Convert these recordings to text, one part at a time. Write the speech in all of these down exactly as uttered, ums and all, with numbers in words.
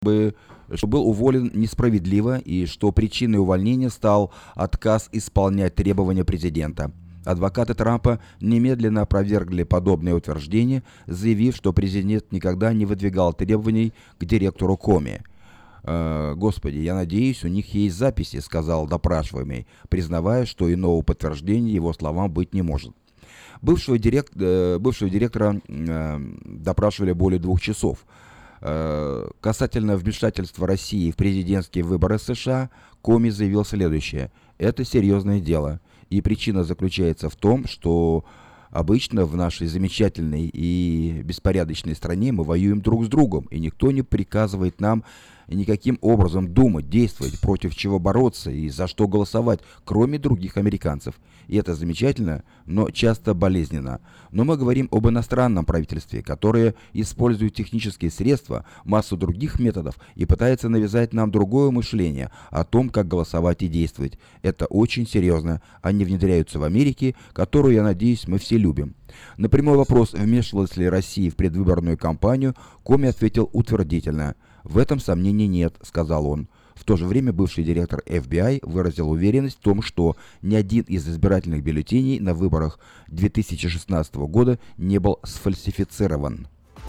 бы- что был уволен несправедливо и что причиной увольнения стал отказ исполнять требования президента. Адвокаты Трампа немедленно опровергли подобное утверждение, заявив, что президент никогда не выдвигал требований к директору Коми. «Э, «Господи, я надеюсь, у них есть записи», — сказал допрашиваемый, признавая, что иного подтверждения его словам быть не может. Бывшего, директ, э, бывшего директора э, допрашивали более двух часов. Э, касательно вмешательства России в президентские выборы США, Коми заявил следующее: «Это серьезное дело, и причина заключается в том, что обычно в нашей замечательной и беспорядочной стране мы воюем друг с другом, и никто не приказывает нам никаким образом думать, действовать, против чего бороться и за что голосовать, кроме других американцев. И это замечательно, но часто болезненно. Но мы говорим об иностранном правительстве, которое использует технические средства, массу других методов и пытается навязать нам другое мышление о том, как голосовать и действовать. Это очень серьезно. Они внедряются в Америке, которую, я надеюсь, мы все любим». На прямой вопрос, вмешивалась ли Россия в предвыборную кампанию, Коми ответил утвердительно. «В этом сомнений нет», — сказал он. В то же время бывший директор эф би ай выразил уверенность в том, что ни один из избирательных бюллетеней на выборах две тысячи шестнадцатого года не был сфальсифицирован.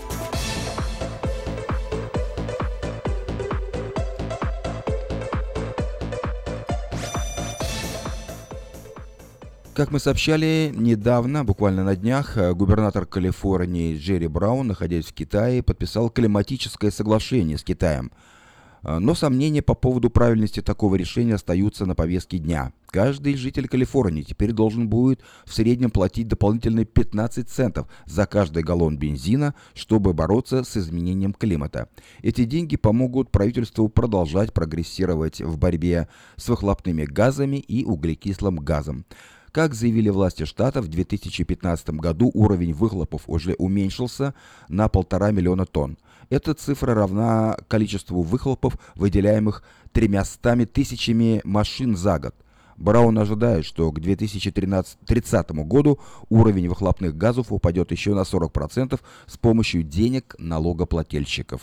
Как мы сообщали недавно, буквально на днях, губернатор Калифорнии Джерри Браун, находясь в Китае, подписал климатическое соглашение с Китаем. Но сомнения по поводу правильности такого решения остаются на повестке дня. Каждый житель Калифорнии теперь должен будет в среднем платить дополнительные пятнадцать центов за каждый галлон бензина, чтобы бороться с изменением климата. Эти деньги помогут правительству продолжать прогрессировать в борьбе с выхлопными газами и углекислым газом. Как заявили власти штата, в две тысячи пятнадцатом году уровень выхлопов уже уменьшился на полтора миллиона тонн. Эта цифра равна количеству выхлопов, выделяемых тремястами тысячами машин за год. Браун ожидает, что к две тысячи тридцатому году уровень выхлопных газов упадет еще на сорок процентов с помощью денег налогоплательщиков.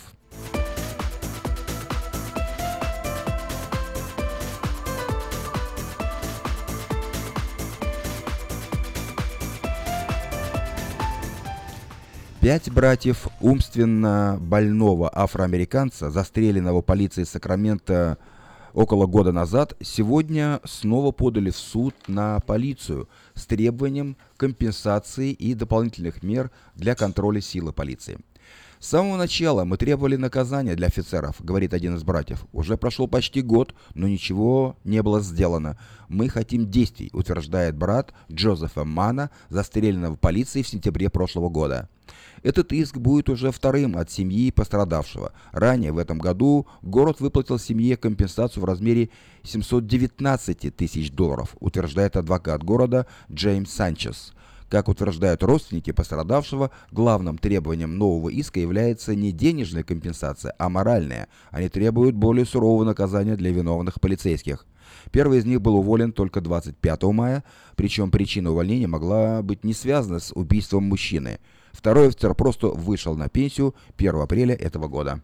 Пять братьев умственно больного афроамериканца, застреленного полицией Сакрамента около года назад, сегодня снова подали в суд на полицию с требованием компенсации и дополнительных мер для контроля силы полиции. «С самого начала мы требовали наказания для офицеров», — говорит один из братьев. «Уже прошел почти год, но ничего не было сделано. Мы хотим действий», — утверждает брат Джозефа Мана, застреленного полицией в сентябре прошлого года. Этот иск будет уже вторым от семьи пострадавшего. Ранее в этом году город выплатил семье компенсацию в размере семьсот девятнадцать тысяч долларов, утверждает адвокат города Джеймс Санчес. Как утверждают родственники пострадавшего, главным требованием нового иска является не денежная компенсация, а моральная. Они требуют более сурового наказания для виновных полицейских. Первый из них был уволен только двадцать пятого мая, причем причина увольнения могла быть не связана с убийством мужчины. Второй офицер просто вышел на пенсию первого апреля этого года.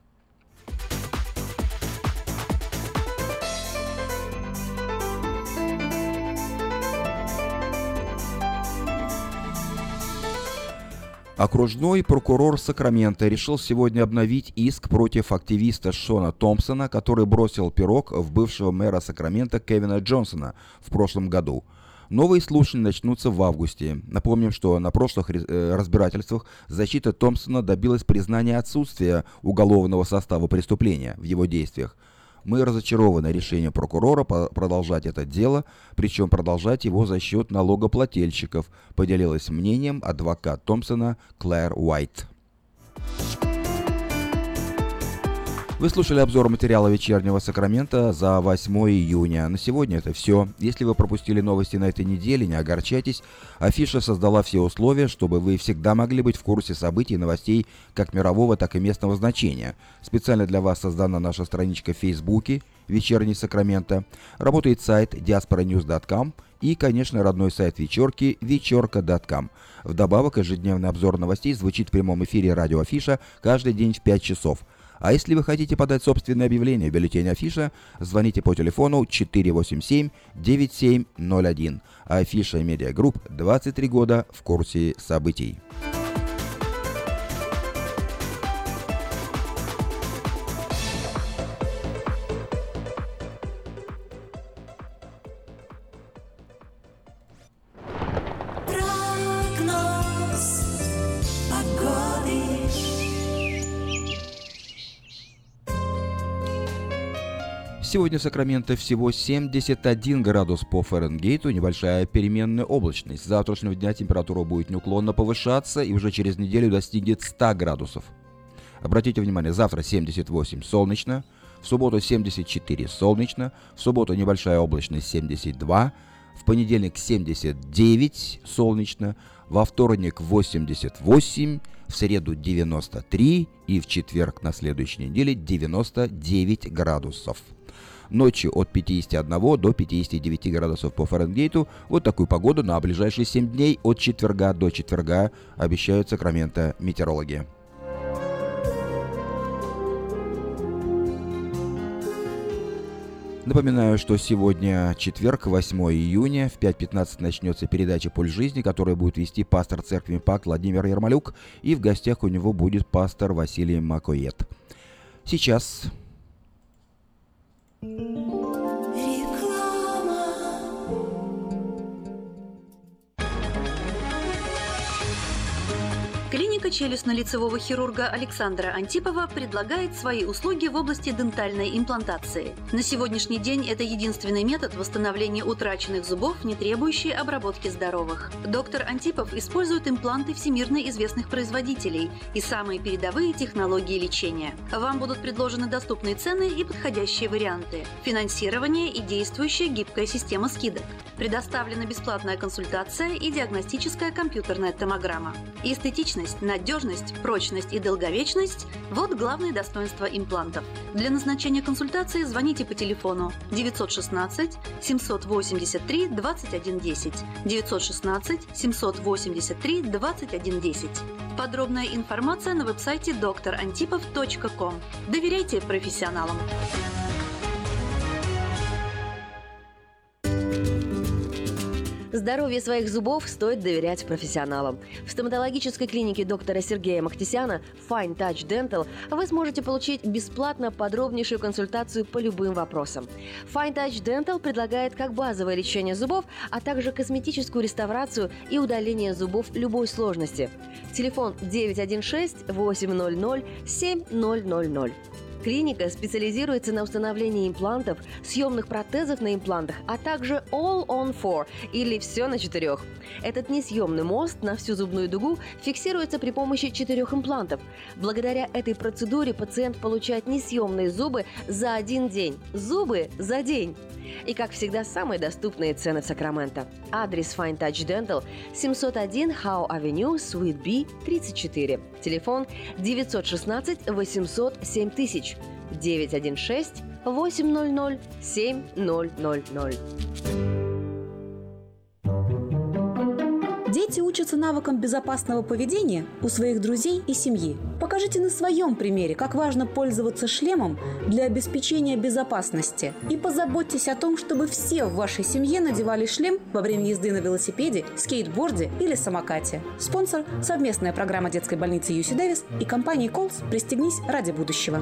Окружной прокурор Сакрамента решил сегодня обновить иск против активиста Шона Томпсона, который бросил пирог в бывшего мэра Сакрамента Кевина Джонсона в прошлом году. Новые слушания начнутся в августе. Напомним, что на прошлых разбирательствах защита Томпсона добилась признания отсутствия уголовного состава преступления в его действиях. «Мы разочарованы решением прокурора продолжать это дело, причем продолжать его за счет налогоплательщиков», поделилась мнением адвокат Томпсона Клэр Уайт. Вы слушали обзор материала «Вечернего Сакрамента» за восьмое июня. На сегодня это все. Если вы пропустили новости на этой неделе, не огорчайтесь. Афиша создала все условия, чтобы вы всегда могли быть в курсе событий и новостей как мирового, так и местного значения. Специально для вас создана наша страничка в Фейсбуке «Вечерний Сакрамента». Работает сайт диаспора ньюс точка ком и, конечно, родной сайт вечерки вечерка точка ком. Вдобавок, ежедневный обзор новостей звучит в прямом эфире радио Афиша каждый день в пять часов. А если вы хотите подать собственное объявление в бюллетене Афиша, звоните по телефону четыре восемь семь девять семь ноль один. Афиша Медиа Групп, двадцать три года в курсе событий. Сегодня в Сакраменто всего семьдесят один градус по Фаренгейту, небольшая переменная облачность. С завтрашнего дня температура будет неуклонно повышаться и уже через неделю достигнет ста градусов. Обратите внимание, завтра семьдесят восемь солнечно, в субботу семьдесят четыре солнечно, в субботу небольшая облачность семьдесят два, в понедельник семьдесят девять солнечно, во вторник восемьдесят восемь, в среду девяносто три и в четверг на следующей неделе девяносто девять градусов. Ночью от пятидесяти одного до пятидесяти девяти градусов по Фаренгейту. Вот такую погоду на ближайшие семь дней от четверга до четверга обещают Сакраменто метеорологи. Напоминаю, что сегодня четверг, восьмого июня, в пять пятнадцать начнется передача «Пульс жизни», которую будет вести пастор церкви «Импакт» Владимир Ермолюк, и в гостях у него будет пастор Василий Макоед. Сейчас... Клиника челюстно-лицевого хирурга Александра Антипова предлагает свои услуги в области дентальной имплантации. На сегодняшний день это единственный метод восстановления утраченных зубов, не требующий обработки здоровых. Доктор Антипов использует импланты всемирно известных производителей и самые передовые технологии лечения. Вам будут предложены доступные цены и подходящие варианты, финансирование и действующая гибкая система скидок. Предоставлена бесплатная консультация и диагностическая компьютерная томограмма. Эстетичность, надежность, прочность и долговечность – вот главные достоинства имплантов. Для назначения консультации звоните по телефону девятьсот шестнадцать семьсот восемьдесят три двадцать один десять, девятьсот шестнадцать семьсот восемьдесят три двадцать один десять. Подробная информация на веб-сайте доктор антипов точка ком. Доверяйте профессионалам. Здоровье своих зубов стоит доверять профессионалам. В стоматологической клинике доктора Сергея Махтисяна Fine Touch Dental вы сможете получить бесплатно подробнейшую консультацию по любым вопросам. Fine Touch Dental предлагает как базовое лечение зубов, а также косметическую реставрацию и удаление зубов любой сложности. Телефон девять один шесть восемь ноль ноль семь ноль ноль ноль. Клиника специализируется на установлении имплантов, съемных протезов на имплантах, а также All on Four или все на четырех. Этот несъемный мост на всю зубную дугу фиксируется при помощи четырех имплантов. Благодаря этой процедуре пациент получает несъемные зубы за один день. Зубы за день! И, как всегда, самые доступные цены в Сакраменто. Адрес Fine Touch Dental семьсот один Howe Avenue, Suite B, тридцать четыре. Телефон девятьсот шестнадцать восемьсот семь тысяч, девять один шесть восемь ноль ноль семь ноль ноль ноль. Дети учатся навыкам безопасного поведения у своих друзей и семьи. Покажите на своем примере, как важно пользоваться шлемом для обеспечения безопасности. И позаботьтесь о том, чтобы все в вашей семье надевали шлем во время езды на велосипеде, скейтборде или самокате. Спонсор – совместная программа детской больницы ю си Дэвис и компании Колс «Пристегнись ради будущего».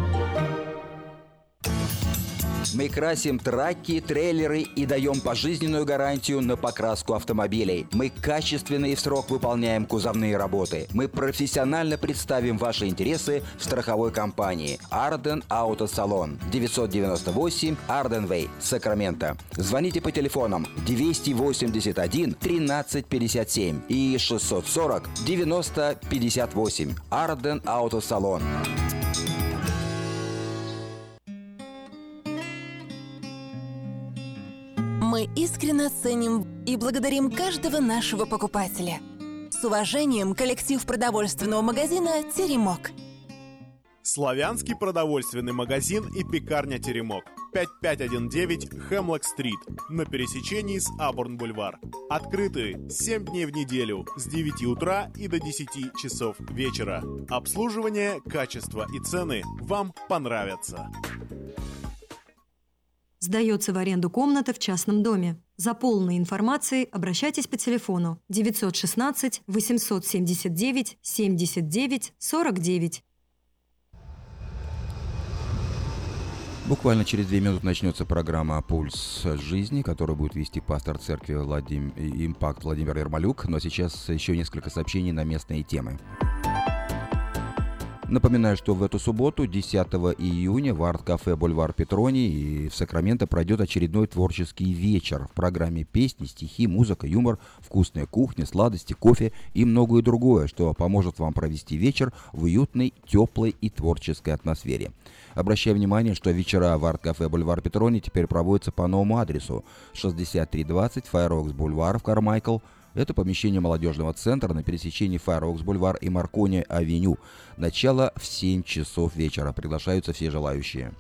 Мы красим траки, трейлеры и даем пожизненную гарантию на покраску автомобилей. Мы качественно и в срок выполняем кузовные работы. Мы профессионально представим ваши интересы в страховой компании Арден Автосалон, девятьсот девяносто восемь Арден Вей, Сакраменто. Звоните по телефонам двести восемьдесят один тринадцать пятьдесят семь и шестьсот сорок девяносто пятьдесят восемь. Арден Автосалон. Мы искренне ценим и благодарим каждого нашего покупателя. С уважением, коллектив продовольственного магазина «Теремок». Славянский продовольственный магазин и пекарня «Теремок». пять пять один девять Хемлок-стрит на пересечении с Абурн-бульвар. Открыты семь дней в неделю с девяти утра и до десяти часов вечера. Обслуживание, качество и цены вам понравятся. Сдается в аренду комната в частном доме. За полной информацией обращайтесь по телефону девятьсот шестнадцать восемьсот семьдесят девять семьдесят девять сорок девять. Буквально через две минуты начнется программа «Пульс жизни», которую будет вести пастор церкви Владим... «Импакт» Владимир Ермолюк. Но сейчас еще несколько сообщений на местные темы. Напоминаю, что в эту субботу, десятого июня, в арт-кафе «Бульвар Петроний» и в Сакраменто пройдет очередной творческий вечер. В программе песни, стихи, музыка, юмор, вкусная кухня, сладости, кофе и многое другое, что поможет вам провести вечер в уютной, теплой и творческой атмосфере. Обращаю внимание, что вечера в арт-кафе «Бульвар Петроний» теперь проводятся по новому адресу шестьдесят три двадцать Файр-Окс Бульвар в Кармайкл. Это помещение молодежного центра на пересечении Файр-Окс Бульвар и Маркони-авеню. Начало в семь часов вечера. Приглашаются все желающие.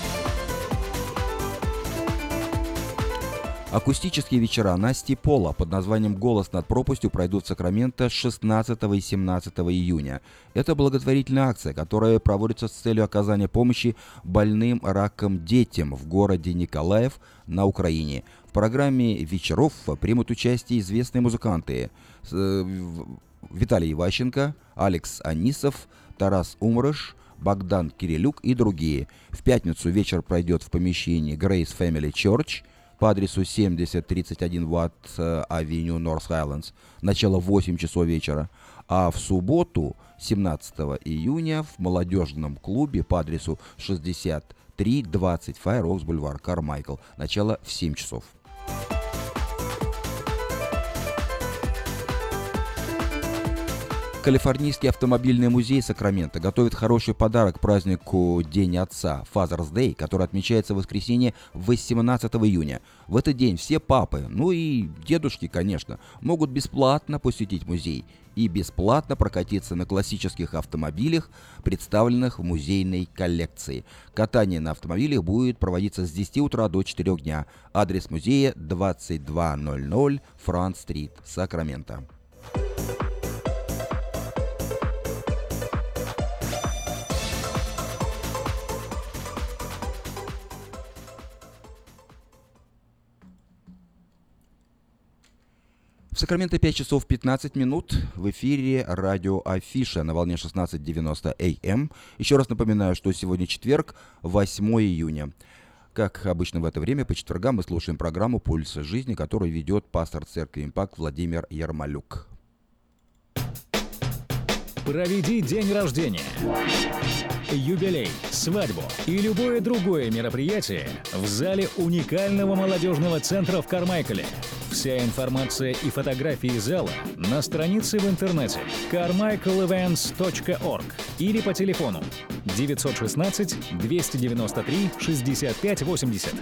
Акустические вечера Насти Пола под названием «Голос над пропастью» пройдут в Сакраменто шестнадцатого и семнадцатого июня. Это благотворительная акция, которая проводится с целью оказания помощи больным раком детям в городе Николаев на Украине. В программе вечеров примут участие известные музыканты Виталий Иващенко, Алекс Анисов, Тарас Умрыш, Богдан Кирилюк и другие. В пятницу вечер пройдет в помещении Grace Family Church по адресу семьдесят тридцать один Ватт-авеню, Норth Хайлендс. Начало в восемь часов вечера. А в субботу, семнадцатого июня, в молодежном клубе по адресу шестьдесят три двадцать Файр-Окс Бульвар, Кармайкл. Начало в семь часов. Калифорнийский автомобильный музей Сакраменто готовит хороший подарок к празднику День Отца, Father's Day, который отмечается в воскресенье восемнадцатого июня. В этот день все папы, ну и дедушки, конечно, могут бесплатно посетить музей и бесплатно прокатиться на классических автомобилях, представленных в музейной коллекции. Катание на автомобилях будет проводиться с десяти утра до четырёх дня. Адрес музея двадцать два ноль Франц-стрит, Сакраменто. В Сакраменто пять часов пятнадцать минут. В эфире радио Афиша на волне шестнадцать девяносто эй эм. Еще раз напоминаю, что сегодня четверг, восьмого июня. Как обычно в это время, по четвергам мы слушаем программу «Пульс жизни», которую ведет пастор церкви «Импакт» Владимир Ермолюк. Проведи день рождения, юбилей, свадьбу и любое другое мероприятие в зале уникального молодежного центра в Кармайкле. Вся информация и фотографии зала на странице в интернете кармайкл ивентс точка орг или по телефону девятьсот шестнадцать двести девяносто три шестьдесят пять восемьдесят.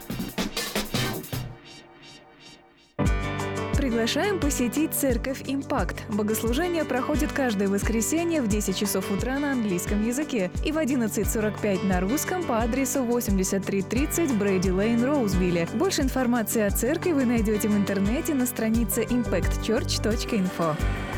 Приглашаем посетить церковь «Импакт». Богослужение проходит каждое воскресенье в десять часов утра на английском языке и в одиннадцать сорок пять на русском по адресу восемьдесят три тридцать Брейди Лейн, Роузвилле. Больше информации о церкви вы найдете в интернете на странице импакт черч точка инфо.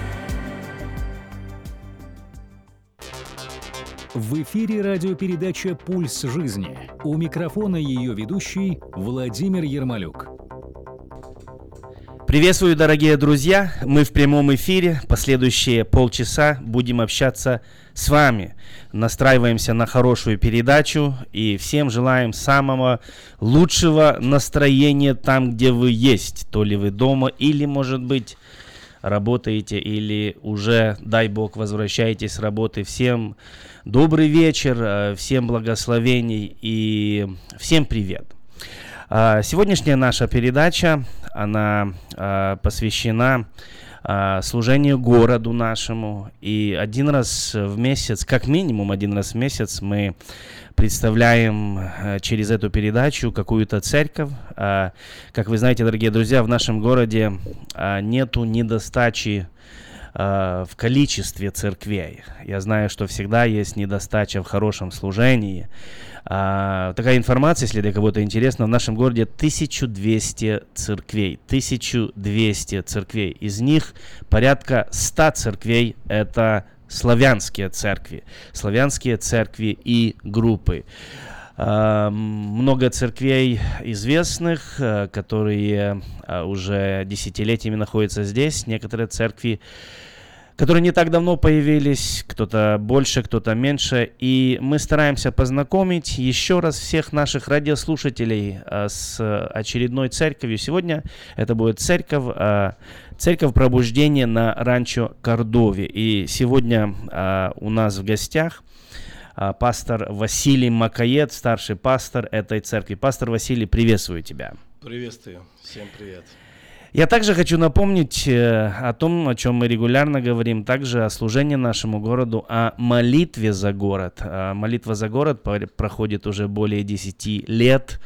В эфире радиопередача «Пульс жизни». У микрофона ее ведущий Владимир Ермолюк. Приветствую, дорогие друзья! Мы в прямом эфире. Последующие полчаса будем общаться с вами. Настраиваемся на хорошую передачу и всем желаем самого лучшего настроения там, где вы есть. То ли вы дома, или, может быть, работаете, или уже, дай Бог, возвращаетесь с работы. Всем добрый вечер, всем благословений и всем привет! Сегодняшняя наша передача, она а, посвящена а, служению городу нашему. И один раз в месяц, как минимум один раз в месяц, мы представляем а, через эту передачу какую-то церковь. А, как вы знаете, дорогие друзья, в нашем городе а, нету недостачи в количестве церквей. Я знаю, что всегда есть недостача в хорошем служении. Такая информация, если для кого-то интересно, в нашем городе тысяча двести церквей. тысяча двести церквей. Из них порядка ста церквей – это славянские церкви. Славянские церкви и группы. Много церквей известных, которые уже десятилетиями находятся здесь. Некоторые церкви, которые не так давно появились, кто-то больше, кто-то меньше. И мы стараемся познакомить еще раз всех наших радиослушателей с очередной церковью. Сегодня это будет церковь, церковь пробуждения на ранчо Кордове. И сегодня у нас в гостях пастор Василий Макоед, старший пастор этой церкви. Пастор Василий, приветствую тебя. Приветствую. Всем привет. Я также хочу напомнить о том, о чем мы регулярно говорим, также о служении нашему городу, о молитве за город. Молитва за город проходит уже более десяти лет,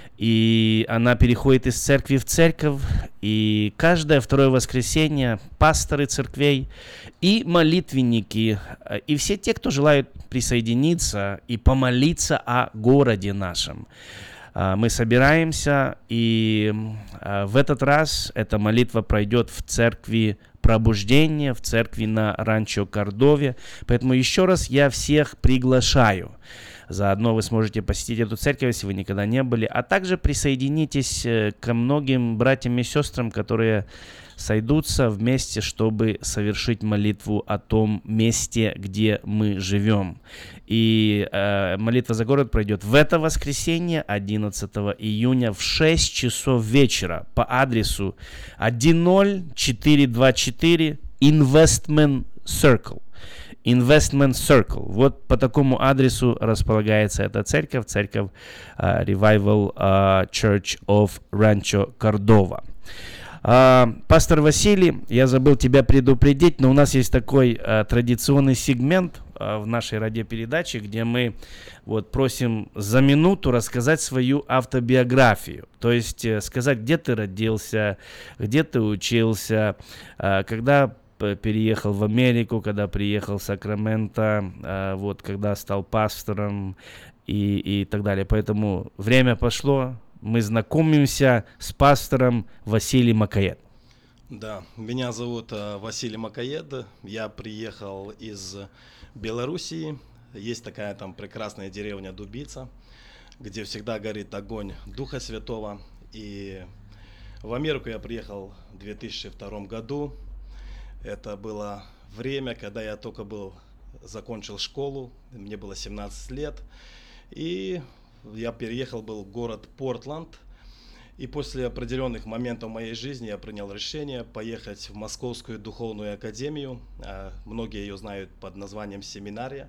и она переходит из церкви в церковь, и каждое второе воскресенье пасторы церквей и молитвенники, и все те, кто желают присоединиться и помолиться о городе нашем. Мы собираемся, и в этот раз эта молитва пройдет в церкви пробуждения, в церкви на ранчо Кордове. Поэтому еще раз я всех приглашаю. Заодно вы сможете посетить эту церковь, если вы никогда не были, а также присоединитесь к многим братьям и сестрам, которые сойдутся вместе, чтобы совершить молитву о том месте, где мы живем. И э, молитва за город пройдет в это воскресенье, одиннадцатого июня, в шесть часов вечера по адресу тысяча четыреста двадцать четыре Investment Circle. Investment Circle. Вот по такому адресу располагается эта церковь, церковь uh, Revival uh, Church of Rancho Cordova. Uh, пастор Василий, я забыл тебя предупредить, но у нас есть такой uh, традиционный сегмент uh, в нашей радиопередаче, где мы вот просим за минуту рассказать свою автобиографию. То есть uh, сказать, где ты родился, где ты учился, uh, когда переехал в Америку, когда приехал в Сакраменто, э, вот, когда стал пастором и, и так далее. Поэтому время пошло, мы знакомимся с пастором Василием Макоед. Да, меня зовут э, Василий Макоед, я приехал из Белоруссии, есть такая там прекрасная деревня Дубица, где всегда горит огонь Духа Святого, и в Америку я приехал в две тысячи втором году. Это было время, когда я только был, закончил школу, мне было семнадцать лет, и я переехал был в город Портланд, и после определенных моментов в моей жизни я принял решение поехать в Московскую духовную академию, многие ее знают под названием семинария,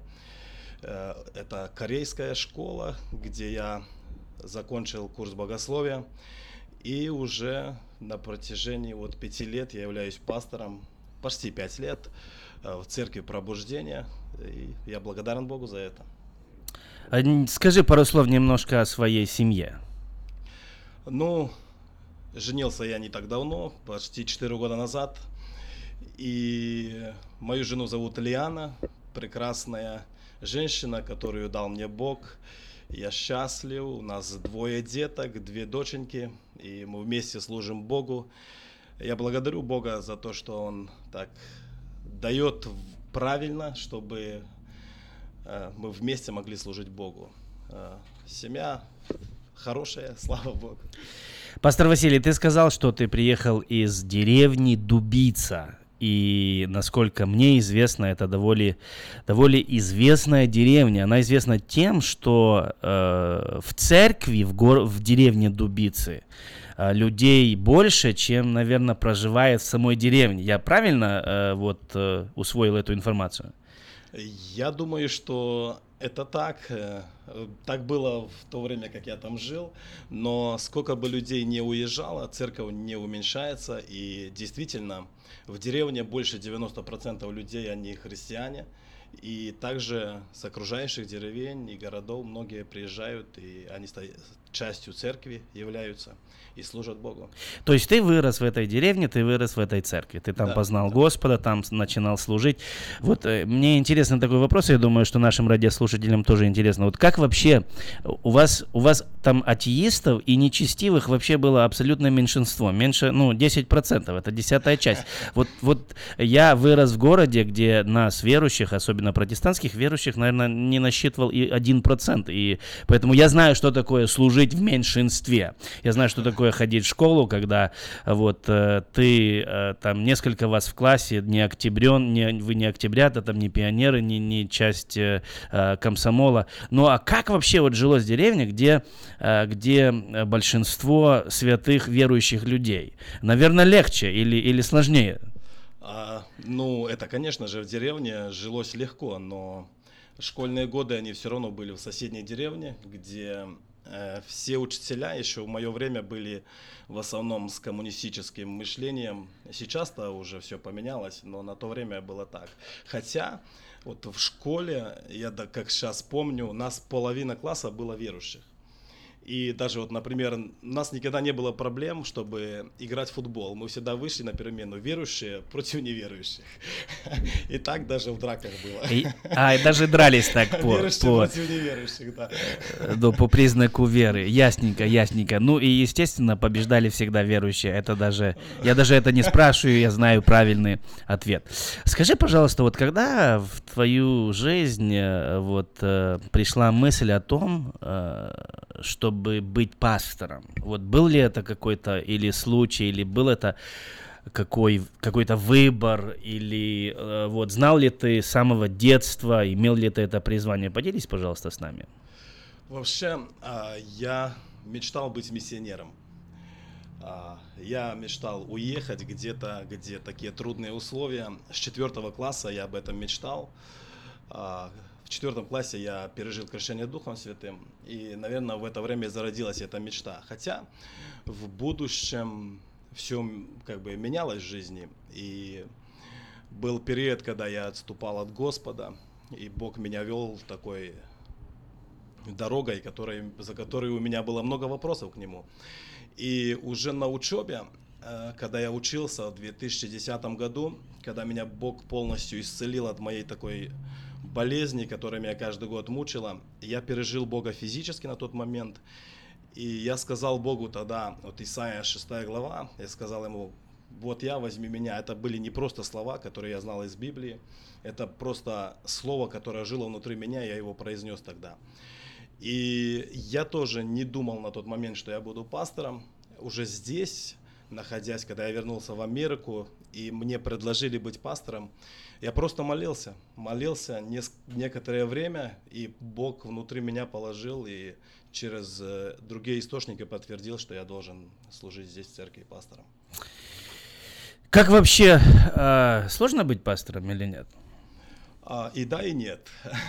это корейская школа, где я закончил курс богословия, и уже на протяжении вот пяти лет я являюсь пастором, почти пять лет в церкви пробуждения, и я благодарен Богу за это. Скажи пару слов немножко о своей семье. Ну, женился я не так давно, почти четыре года назад, и мою жену зовут Лиана, прекрасная женщина, которую дал мне Бог. Я счастлив, у нас двое деток, две доченьки, и мы вместе служим Богу. Я благодарю Бога за то, что Он так дает правильно, чтобы э, мы вместе могли служить Богу. Э, семья хорошая, слава Богу. Пастор Василий, ты сказал, что ты приехал из деревни Дубица. И, насколько мне известно, это довольно, довольно известная деревня. Она известна тем, что э, в церкви в, гор- в деревне Дубицы э, людей больше, чем, наверное, проживает в самой деревне. Я правильно э, вот, э, усвоил эту информацию? Я думаю, что это так. Так было в то время, как я там жил. Но сколько бы людей не уезжало, церковь не уменьшается. И действительно, в деревне больше девяносто процентов людей, они христиане. И также с окружающих деревень и городов многие приезжают, и они частью церкви являются и служат Богу. То есть ты вырос в этой деревне, ты вырос в этой церкви, ты там да, познал да. Господа, там начинал служить. Вот э, мне интересен такой вопрос, я думаю, что нашим радиослушателям тоже интересно. Вот как вообще у вас, у вас там атеистов и нечестивых вообще было абсолютное меньшинство, меньше, ну, десять процентов, это десятая часть. Вот, вот я вырос в городе, где нас, верующих, особенно протестантских верующих, наверное, не насчитывал и один процент, и поэтому я знаю, что такое служить в меньшинстве. Я знаю, что такое ходить в школу, когда вот э, ты, э, там несколько вас в классе, не октябрен, не, вы не октябрята, там не пионеры, не, не часть э, комсомола. Ну а как вообще вот жилось в деревне, где, э, где большинство святых верующих людей? Наверное, легче или, или сложнее? А, ну, это, конечно же, в деревне жилось легко, но школьные годы, они все равно были в соседней деревне, где э, все учителя еще в мое время были в основном с коммунистическим мышлением. Сейчас-то уже все поменялось, но на то время было так. Хотя вот в школе, я да, как сейчас помню, у нас половина класса было верующих. И даже вот, например, у нас никогда не было проблем, чтобы играть в футбол. Мы всегда вышли на перемену верующие против неверующих. И так даже в драках было. И, а, и даже дрались так по, по, против неверующих, да. Да, по признаку веры. Ясненько, ясненько. Ну и, естественно, побеждали всегда верующие. Это даже, я даже это не спрашиваю, я знаю правильный ответ. Скажи, пожалуйста, вот когда в твою жизнь вот, пришла мысль о том, что чтобы быть пастором? Вот был ли это какой-то или случай, или был это какой, какой-то выбор, или э, вот знал ли ты с самого детства, имел ли ты это призвание? Поделись, пожалуйста, с нами. Вообще, я мечтал быть миссионером. Я мечтал уехать где-то, где такие трудные условия. С четвертого класса я об этом мечтал. В четвертом классе я пережил крещение Духом Святым, и, наверное, в это время зародилась эта мечта. Хотя в будущем все как бы менялось в жизни, и был период, когда я отступал от Господа, и Бог меня вел такой дорогой, которой, за которой у меня было много вопросов к Нему. И уже на учебе, когда я учился в две тысячи десятом году, когда меня Бог полностью исцелил от моей такой болезни, которая меня каждый год мучила, я пережил Бога физически на тот момент, и я сказал Богу тогда, вот Исайя шестая глава, я сказал Ему: вот я, возьми меня. Это были не просто слова, которые я знал из Библии, это просто слово, которое жило внутри меня, я его произнес тогда. И я тоже не думал на тот момент, что я буду пастором. Уже здесь, находясь, когда я вернулся в Америку, и мне предложили быть пастором, я просто молился, молился некоторое время, и Бог внутри меня положил, и через другие источники подтвердил, что я должен служить здесь в церкви пастором. Как вообще, э, сложно быть пастором или нет? А, и да, и нет.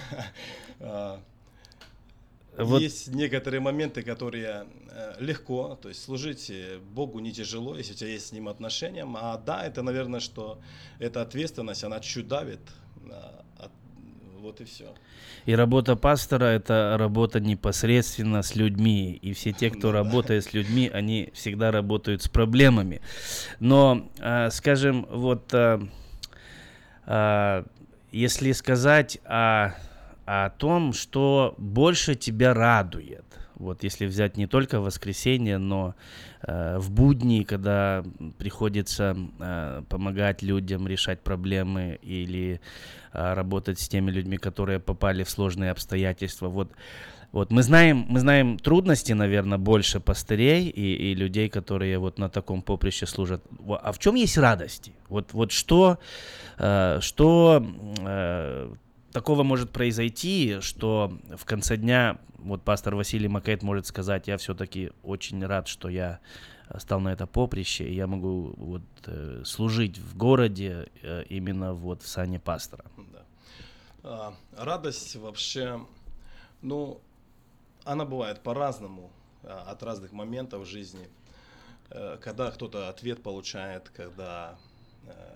Вот. Есть некоторые моменты, которые э, легко, то есть служить Богу не тяжело, если у тебя есть с Ним отношения. А да, это, наверное, что эта ответственность, она чуть давит, а, а, вот и все. И работа пастора – это работа непосредственно с людьми. И все те, кто работает с людьми, они всегда работают с проблемами. Но, э, скажем, вот э, э, если сказать о... о том, что больше тебя радует. Вот если взять не только воскресенье, но э, в будни, когда приходится э, помогать людям решать проблемы или э, работать с теми людьми, которые попали в сложные обстоятельства. Вот, вот мы знаем, мы знаем трудности, наверное, больше пастырей и, и людей, которые вот на таком поприще служат. А в чем есть радости? Вот, вот что, э, что э, такого может произойти, что в конце дня вот пастор Василий Макаед может сказать: я все-таки очень рад, что я стал на это поприще, и я могу вот, э, служить в городе э, именно вот в сане пастора. Да. А, радость вообще, ну, она бывает по-разному, а, от разных моментов в жизни. А, когда кто-то ответ получает, когда а,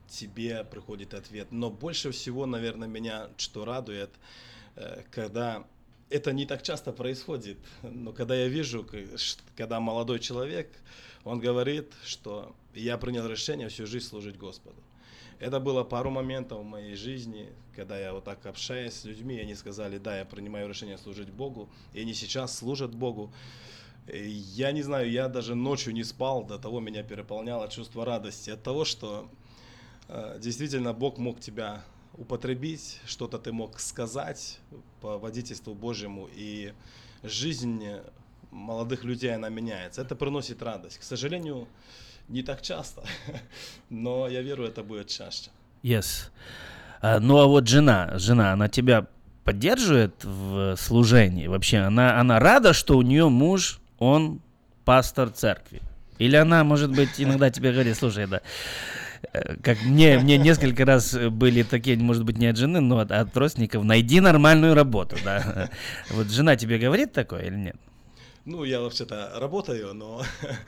тебе приходит ответ. Но больше всего, наверное, меня что радует, когда это не так часто происходит, но когда я вижу, когда молодой человек, он говорит, что я принял решение всю жизнь служить Господу. Это было пару моментов в моей жизни, когда я вот так общаюсь с людьми, и они сказали, да, я принимаю решение служить Богу, и они сейчас служат Богу. И я не знаю, я даже ночью не спал, до того меня переполняло чувство радости от того, что э, действительно Бог мог тебя употребить, что-то ты мог сказать по водительству Божьему, и жизнь молодых людей, она меняется. Это приносит радость. К сожалению, не так часто, но я верю, это будет чаще. Yes. А, ну а вот жена, жена, она тебя поддерживает в служении? Вообще, она, она рада, что у нее муж, он пастор церкви? Или она, может быть, иногда тебе говорит, слушай, да, как мне, мне несколько раз были такие, может быть, не от жены, но от, от родственников, найди нормальную работу, да. Вот жена тебе говорит такое или нет? Ну, я вообще-то работаю, но...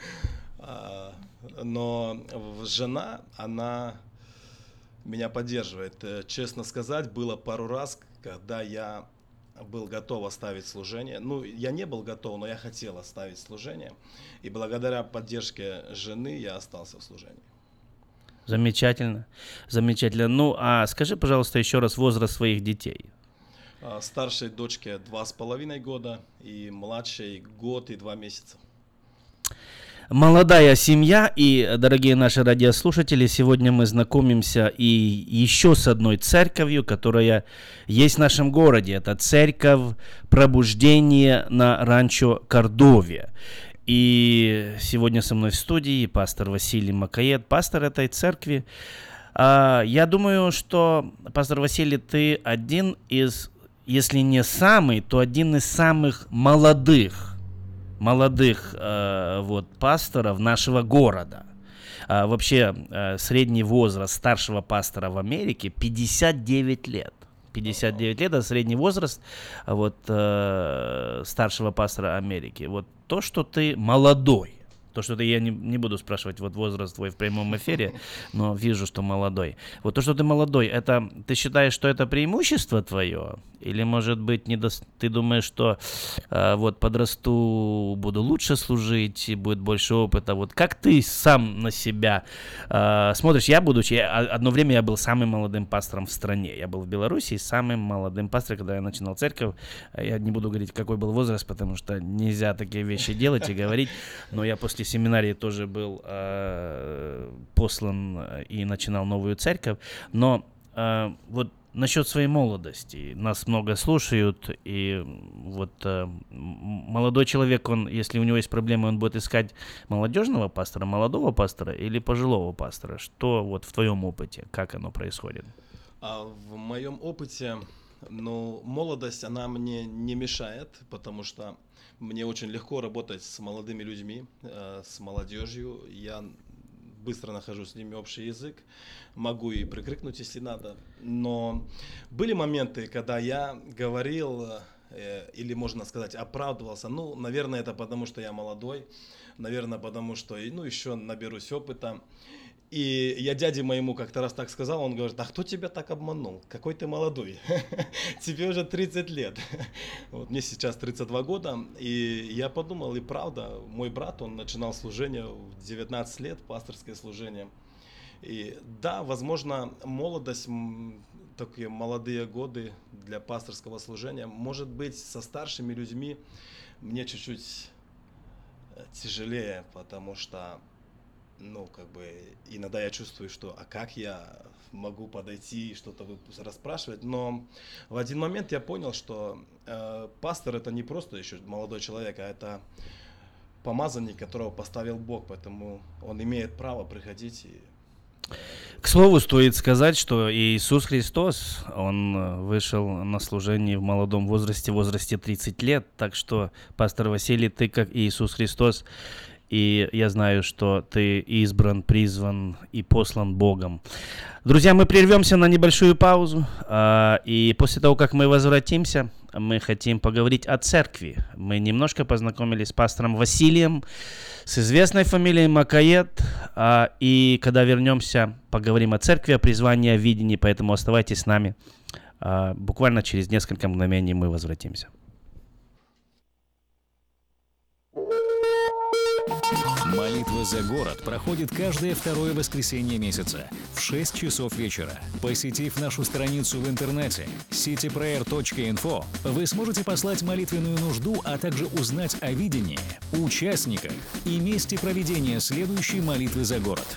Но жена, она меня поддерживает. Честно сказать, было пару раз, когда я был готов оставить служение. Ну, я не был готов, но я хотел оставить служение. И благодаря поддержке жены я остался в служении. Замечательно, замечательно. Ну, а скажи, пожалуйста, еще раз возраст своих детей. Старшей дочке два с половиной года и младшей год и два месяца. Молодая семья, и, дорогие наши радиослушатели, сегодня мы знакомимся и еще с одной церковью, которая есть в нашем городе. Это церковь Пробуждения на ранчо Кордове. И сегодня со мной в студии пастор Василий Макоед, пастор этой церкви. Я думаю, что, пастор Василий, ты один из, если не самый, то один из самых молодых молодых э, вот, пасторов нашего города. А, вообще, э, средний возраст старшего пастора в Америке пятьдесят девять лет. пятьдесят девять лет – это средний возраст вот, э, старшего пастора Америки. Вот то, что ты молодой, то, что ты, я не, не буду спрашивать вот возраст твой в прямом эфире, но вижу, что молодой. Вот то, что ты молодой, это ты считаешь, что это преимущество твое? Или, может быть, не до... ты думаешь, что э, вот подрасту, буду лучше служить, и будет больше опыта? Вот как ты сам на себя э, смотришь? Я, будучи, я, одно время я был самым молодым пастором в стране. Я был в Беларуси самым молодым пастором, когда я начинал церковь. Я не буду говорить, какой был возраст, потому что нельзя такие вещи делать и говорить. Но я после семинарии тоже был э, послан и начинал новую церковь. Но э, вот насчет своей молодости. Нас много слушают, и вот э, молодой человек, он, если у него есть проблемы, он будет искать молодежного пастора, молодого пастора или пожилого пастора. Что вот в твоем опыте, как оно происходит? А в моем опыте, ну, молодость, она мне не мешает, потому что мне очень легко работать с молодыми людьми, э, с молодежью. Я быстро нахожу с ними общий язык, могу и прикрикнуть, если надо. Но были моменты, когда я говорил, э, или, можно сказать, оправдывался. Ну, наверное, это потому, что я молодой, наверное, потому что, ну, еще наберусь опыта. И я дяде моему как-то раз так сказал, он говорит, а кто тебя так обманул? Какой ты молодой? Тебе уже тридцать лет. Вот, мне сейчас тридцать два года, и я подумал, и правда, мой брат, он начинал служение в девятнадцать лет, пасторское служение. И да, возможно, молодость, такие молодые годы для пасторского служения, может быть, со старшими людьми мне чуть-чуть тяжелее, потому что ну, как бы, иногда я чувствую, что, а как я могу подойти и что-то расспрашивать, но в один момент я понял, что э, пастор это не просто еще молодой человек, а это помазанник, которого поставил Бог, поэтому он имеет право приходить и... К слову, стоит сказать, что Иисус Христос, Он вышел на служение в молодом возрасте, в возрасте тридцать лет, так что, пастор Василий, ты как Иисус Христос, и я знаю, что ты избран, призван и послан Богом. Друзья, мы прервемся на небольшую паузу, и после того, как мы возвратимся, мы хотим поговорить о церкви. Мы немножко познакомились с пастором Василием, с известной фамилией Макоед, и когда вернемся, поговорим о церкви, о призвании, о видении, поэтому оставайтесь с нами. Буквально через несколько мгновений мы возвратимся. Молитва за город проходит каждое второе воскресенье месяца в шесть часов вечера. Посетив нашу страницу в интернете сити преер точка инфо, вы сможете послать молитвенную нужду, а также узнать о видении, участниках и месте проведения следующей молитвы за город.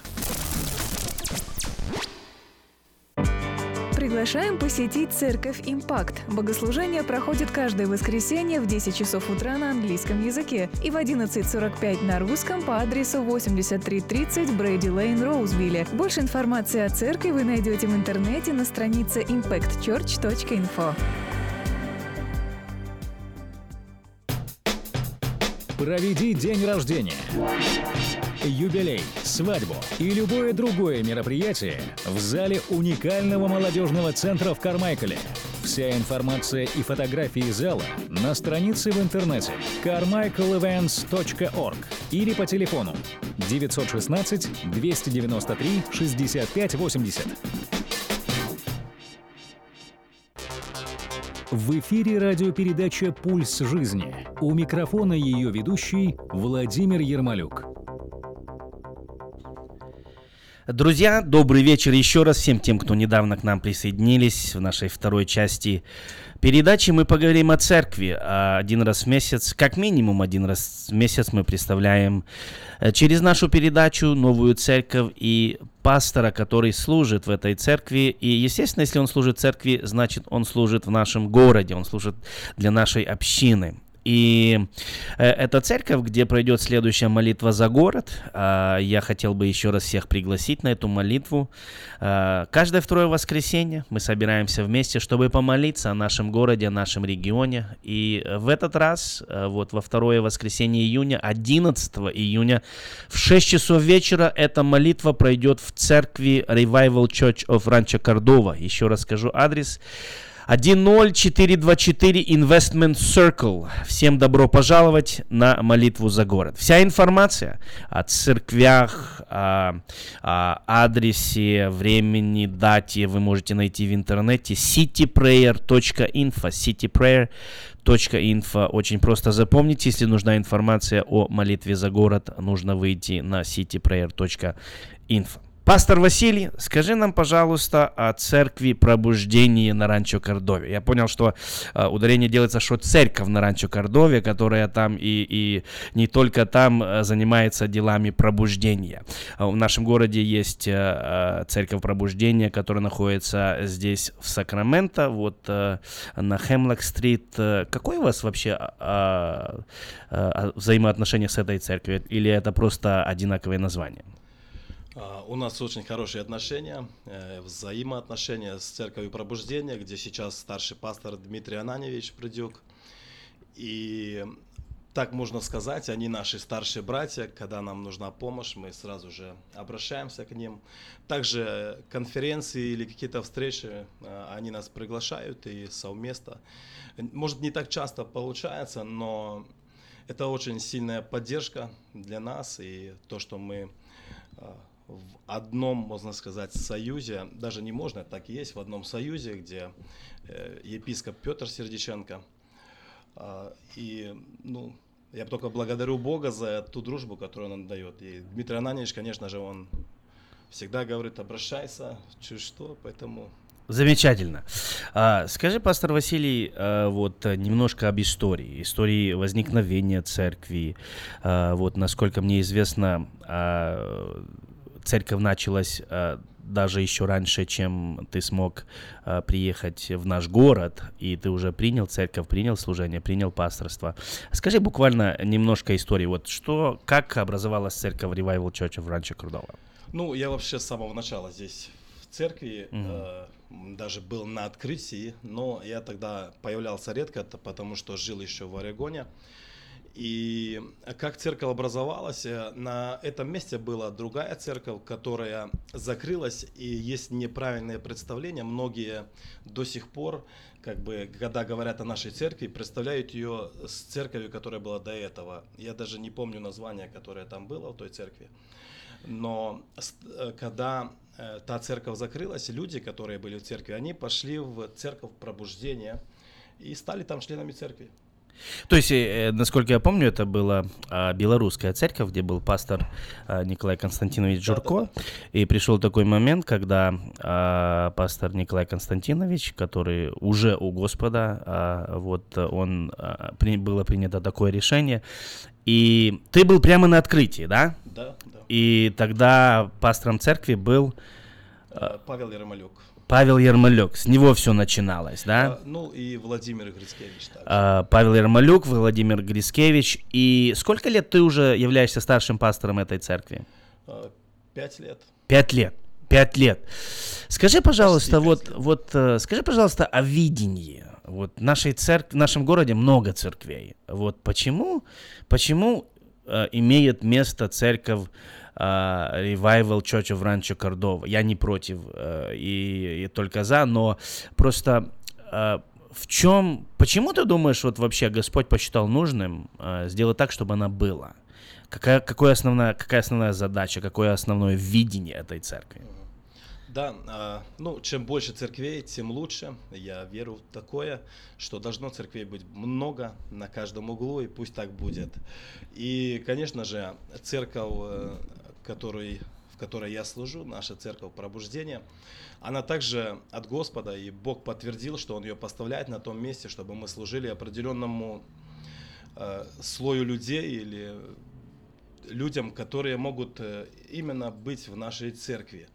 Приглашаем посетить церковь «Импакт». Богослужение проходит каждое воскресенье в десять часов утра на английском языке и в одиннадцать сорок пять на русском по адресу восемьдесят три тридцать Брейди Лейн, Роузвилле. Больше информации о церкви вы найдете в интернете на странице импакт черч точка инфо. Проведи день рождения, юбилей, свадьбу и любое другое мероприятие в зале уникального молодежного центра в Кармайкале. Вся информация и фотографии зала на странице в интернете кармайкл ивентс точка орг или по телефону девятьсот шестнадцать двести девяносто три шестьдесят пять восемьдесят. В эфире радиопередача «Пульс жизни». У микрофона ее ведущий Владимир Ермолюк. Друзья, добрый вечер еще раз всем тем, кто недавно к нам присоединились. В нашей второй части передачи мы поговорим о церкви. Один раз в месяц, как минимум один раз в месяц мы представляем через нашу передачу новую церковь и пастора, который служит в этой церкви. И, естественно, если он служит в церкви, значит, он служит в нашем городе, он служит для нашей общины. И э, это церковь, где пройдет следующая молитва за город. Э, я хотел бы еще раз всех пригласить на эту молитву. Э, каждое второе воскресенье мы собираемся вместе, чтобы помолиться о нашем городе, о нашем регионе. И в этот раз, э, вот во второе воскресенье июня, одиннадцатого июня, в шесть часов вечера эта молитва пройдет в церкви Revival Church of Rancho Cordova. Еще раз скажу адрес. тысяча четыреста двадцать четыре Investment Circle. Всем добро пожаловать на молитву за город. Вся информация о церквях, о, о адресе, времени, дате вы можете найти в интернете сити преер точка инфо. сити преер точка инфо. Очень просто запомнить, если нужна информация о молитве за город, нужно выйти на сити преер точка инфо. Пастор Василий, скажи нам, пожалуйста, о церкви пробуждения на Ранчо Кордове. Я понял, что э, ударение делается, что церковь на Ранчо Кордове, которая там и, и не только там э, занимается делами пробуждения. Э, в нашем городе есть э, церковь пробуждения, которая находится здесь, в Сакраменто, вот э, на Хемлок-стрит. Э, какое у вас вообще э, э, взаимоотношение с этой церковью? Или это просто одинаковое название? Uh, у нас очень хорошие отношения, э, взаимоотношения с Церковью Пробуждения, где сейчас старший пастор Дмитрий Ананьевич Придюк. И так можно сказать, они наши старшие братья. Когда нам нужна помощь, мы сразу же обращаемся к ним. Также конференции или какие-то встречи, э, они нас приглашают и совместно. Может, не так часто получается, но это очень сильная поддержка для нас. И то, что мы... Э, в одном, можно сказать, союзе, даже не можно, так и есть, в одном союзе, где э, епископ Петр Сердюченко. Э, и, ну, я только благодарю Бога за ту дружбу, которую он дает. И Дмитрий Ананьевич, конечно же, он всегда говорит, обращайся, чуть что, поэтому... Замечательно. А, скажи, пастор Василий, а, вот немножко об истории, истории возникновения церкви. А, вот, насколько мне известно, а, церковь началась а, даже еще раньше, чем ты смог а, приехать в наш город, и ты уже принял церковь, принял служение, принял пасторство. Скажи буквально немножко истории. Вот что, как образовалась церковь Revival Church of Rancho Cordova? Ну, я вообще с самого начала здесь в церкви, mm-hmm. э, даже был на открытии, но я тогда появлялся редко, потому что жил еще в Орегоне. И как церковь образовалась, на этом месте была другая церковь, которая закрылась, и есть неправильное представление. Многие до сих пор, как бы, когда говорят о нашей церкви, представляют ее с церковью, которая была до этого. Я даже не помню название, которое там было в той церкви. Но когда та церковь закрылась, люди, которые были в церкви, они пошли в церковь пробуждения и стали там членами церкви. То есть, насколько я помню, это была а, белорусская церковь, где был пастор а, Николай Константинович Журко. Да, да, да. И пришел такой момент, когда а, пастор Николай Константинович, который уже у Господа, а, вот он а, при, было принято такое решение. И ты был прямо на открытии, да? Да, да. И тогда пастором церкви был а, Павел Ермолюк. Павел Ермолюк, с него все начиналось, да? А, ну и Владимир Грицкевич также. А, Павел Ермолюк, Владимир Грицкевич. И сколько лет ты уже являешься старшим пастором этой церкви? А, пять лет. Пять лет. Пять лет. Скажи, пожалуйста, вот, вот, скажи, пожалуйста, о видении. Вот нашей церкви, в нашем городе много церквей. Вот почему, почему э, имеет место церковь Uh, Revival Church of Rancho Cordova. Я не против uh, и, и только за, но просто uh, в чем, почему ты думаешь, вот вообще Господь посчитал нужным uh, сделать так, чтобы она была? Какая, какая, основная, какая основная задача, какое основное видение этой церкви? Да, э, ну, чем больше церквей, тем лучше. Я верю в такое, что должно церквей быть много на каждом углу, и пусть так будет. И, конечно же, церковь, э, который, в которой я служу, наша церковь пробуждения, она также от Господа, и Бог подтвердил, что Он ее поставляет на том месте, чтобы мы служили определенному э, слою людей или людям, которые могут э, именно быть в нашей церкви.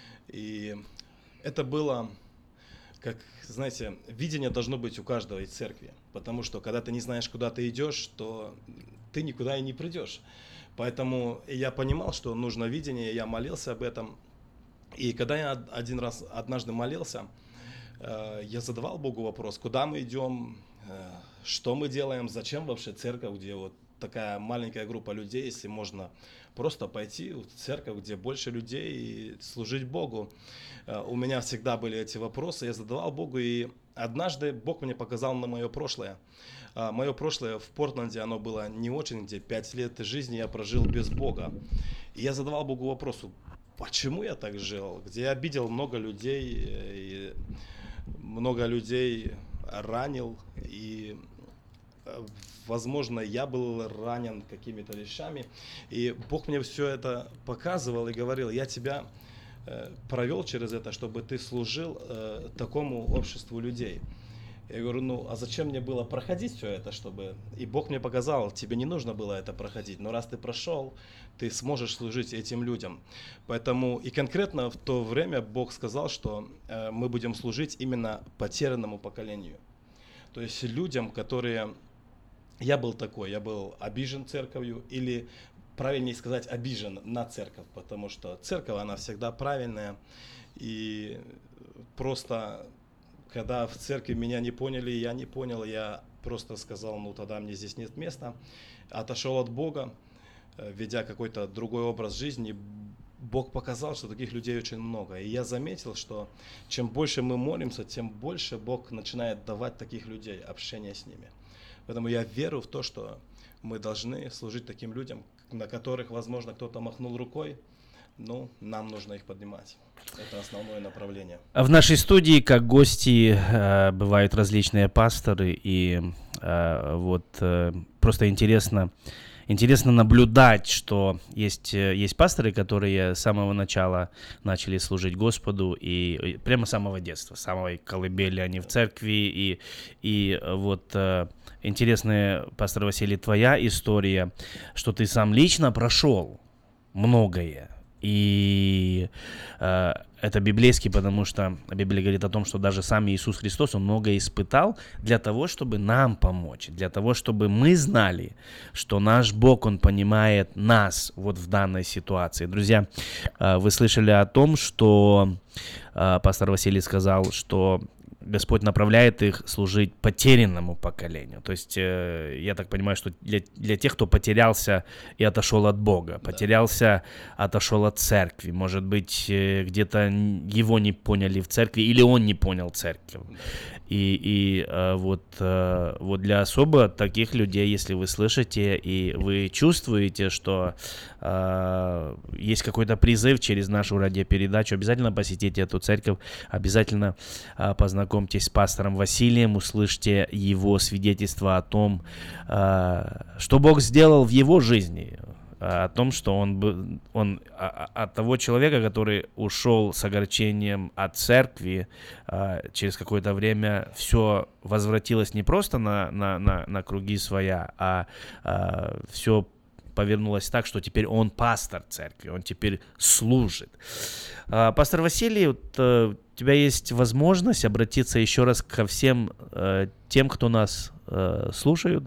И это было, как, знаете, видение должно быть у каждого из церкви, потому что когда ты не знаешь, куда ты идешь, то ты никуда и не придешь. Поэтому я понимал, что нужно видение, я молился об этом. И когда я один раз, однажды молился, я задавал Богу вопрос, куда мы идем, что мы делаем, зачем вообще церковь, где вот такая маленькая группа людей, если можно просто пойти в церковь, где больше людей, и служить Богу. У меня всегда были эти вопросы, я задавал Богу, и однажды Бог мне показал на мое прошлое. Мое прошлое в Портленде, оно было не очень, где пять лет жизни я прожил без Бога. И я задавал Богу вопрос, почему я так жил, где я обидел много людей, и много людей ранил, и возможно, я был ранен какими-то вещами, и Бог мне все это показывал и говорил, я тебя э, провел через это, чтобы ты служил э, такому обществу людей. Я говорю, ну, а зачем мне было проходить все это, чтобы... И Бог мне показал, тебе не нужно было это проходить, но раз ты прошел, ты сможешь служить этим людям. Поэтому и конкретно в то время Бог сказал, что э, мы будем служить именно потерянному поколению. То есть людям, которые... Я был такой, я был обижен церковью, или правильнее сказать, обижен на церковь, потому что церковь, она всегда правильная, и просто, когда в церкви меня не поняли, я не понял, я просто сказал, ну тогда мне здесь нет места, отошел от Бога, ведя какой-то другой образ жизни. Бог показал, что таких людей очень много, и я заметил, что чем больше мы молимся, тем больше Бог начинает давать таких людей, общение с ними. Поэтому я верю в то, что мы должны служить таким людям, на которых, возможно, кто-то махнул рукой, но нам нужно их поднимать. Это основное направление. В нашей студии, как гости, бывают различные пасторы, и вот просто интересно, интересно наблюдать, что есть, есть пасторы, которые с самого начала начали служить Господу, и прямо с самого детства, с самой колыбели они в церкви, и, и вот... Интересная, пастор Василий, твоя история, что ты сам лично прошел многое. И э, это библейский, потому что Библия говорит о том, что даже сам Иисус Христос, Он многое испытал для того, чтобы нам помочь, для того, чтобы мы знали, что наш Бог, Он понимает нас вот в данной ситуации. Друзья, э, вы слышали о том, что э, пастор Василий сказал, что Господь направляет их служить потерянному поколению. То есть, э, я так понимаю, что для, для тех, кто потерялся и отошел от Бога, потерялся, отошел от церкви, может быть, э, где-то его не поняли в церкви, или он не понял церковь. И, и э, вот, э, вот для особо таких людей, если вы слышите и вы чувствуете, что э, есть какой-то призыв через нашу радиопередачу, обязательно посетите эту церковь, обязательно э, познакомьтесь с пастором Василием, услышьте его свидетельство о том, э, что Бог сделал в его жизни, о том, что он, он от того человека, который ушел с огорчением от церкви, через какое-то время все возвратилось не просто на, на, на, на круги своя, а, а все повернулось так, что теперь он пастор церкви, он теперь служит. Пастор Василий, вот, у тебя есть возможность обратиться еще раз ко всем э, тем, кто нас э, слушают,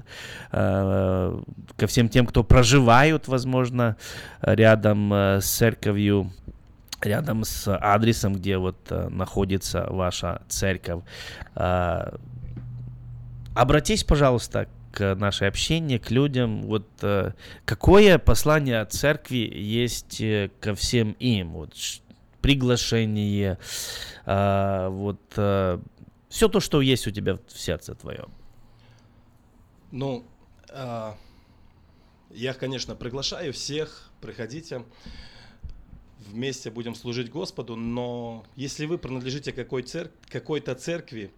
э, ко всем тем, кто проживают, возможно, рядом э, с церковью, рядом с адресом, где вот э, находится ваша церковь. Э, обратись, пожалуйста, к нашей общине, к людям. Вот э, какое послание от церкви есть э, ко всем им? Вот, приглашение, э, вот э, все то, что есть у тебя в сердце твоем. Ну, э, я, конечно, приглашаю всех, приходите, вместе будем служить Господу, но если вы принадлежите какой цер- какой-то церкви,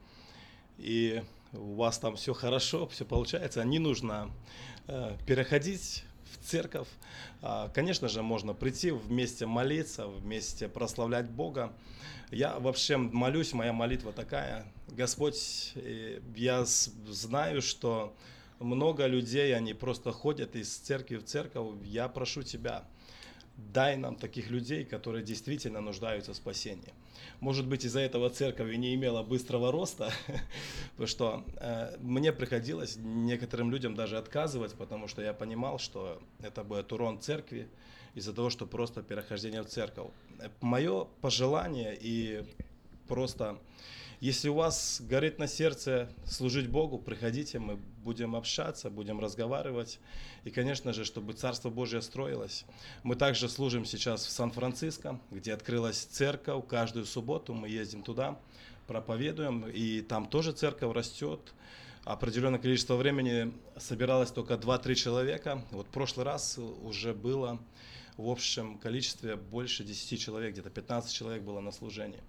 и у вас там все хорошо, все получается, не нужно э, переходить в церковь. А, конечно же, можно прийти вместе молиться, вместе прославлять Бога. Я вообще молюсь, моя молитва такая: Господь, я знаю, что много людей, они просто ходят из церкви в церковь. Я прошу Тебя, дай нам таких людей, которые действительно нуждаются в спасении. Может быть, из-за этого церковь и не имела быстрого роста, потому что э, мне приходилось некоторым людям даже отказывать, потому что я понимал, что это будет урон церкви из-за того, что просто перехождение в церковь. Мое пожелание и просто, если у вас горит на сердце служить Богу, приходите, мы будем общаться, будем разговаривать. И, конечно же, чтобы Царство Божье строилось. Мы также служим сейчас в Сан-Франциско, где открылась церковь. Каждую субботу мы ездим туда, проповедуем, и там тоже церковь растет. Определенное количество времени собиралось только два-три человека. Вот в прошлый раз уже было в общем количестве больше десяти человек, где-то пятнадцать человек было на служении.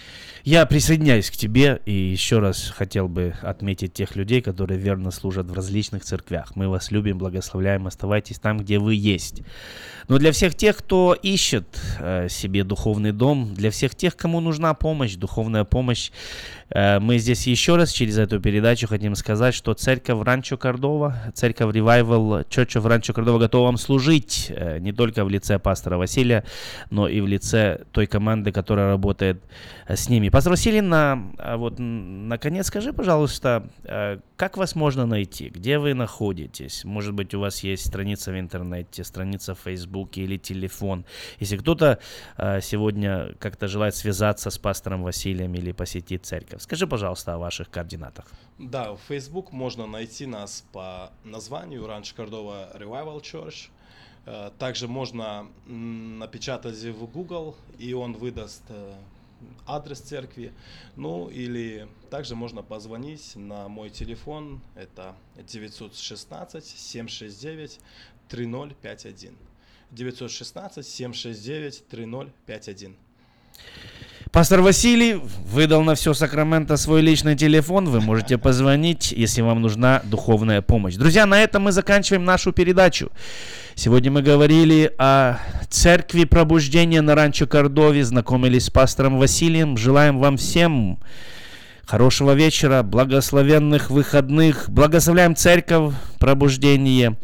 Я присоединяюсь к тебе и еще раз хотел бы отметить тех людей, которые верно служат в различных церквях. Мы вас любим, благословляем, оставайтесь там, где вы есть. Но для всех тех, кто ищет э, себе духовный дом, для всех тех, кому нужна помощь, духовная помощь, э, мы здесь еще раз через эту передачу хотим сказать, что церковь Ранчо Кордова, церковь Revival Church of Ранчо Кордова готова вам служить э, не только в лице пастора Василия, но и в лице той команды, которая работает э, с ними. Пастор Василий, на, вот, наконец, скажи, пожалуйста, э, как вас можно найти, где вы находитесь? Может быть, у вас есть страница в интернете, страница в Фейсбуке или телефон. Если кто-то э, сегодня как-то желает связаться с пастором Василием или посетить церковь, скажи, пожалуйста, о ваших координатах. Да, в Facebook можно найти нас по названию Ранчо Кордова Revival Church. Э, также можно м, напечатать в Google, и он выдаст э, адрес церкви. Ну или также можно позвонить на мой телефон, это девятьсот шестнадцать семь шесть девять три ноль пять один. девятьсот шестнадцать семь шесть девять три ноль пять один. Пастор Василий выдал на все Сакраменто свой личный телефон. Вы можете позвонить, если вам нужна духовная помощь. Друзья, на этом мы заканчиваем нашу передачу. Сегодня мы говорили о церкви пробуждения на Ранчо Кордове, знакомились с пастором Василием. Желаем вам всем хорошего вечера, благословенных выходных. Благословляем церковь пробуждения.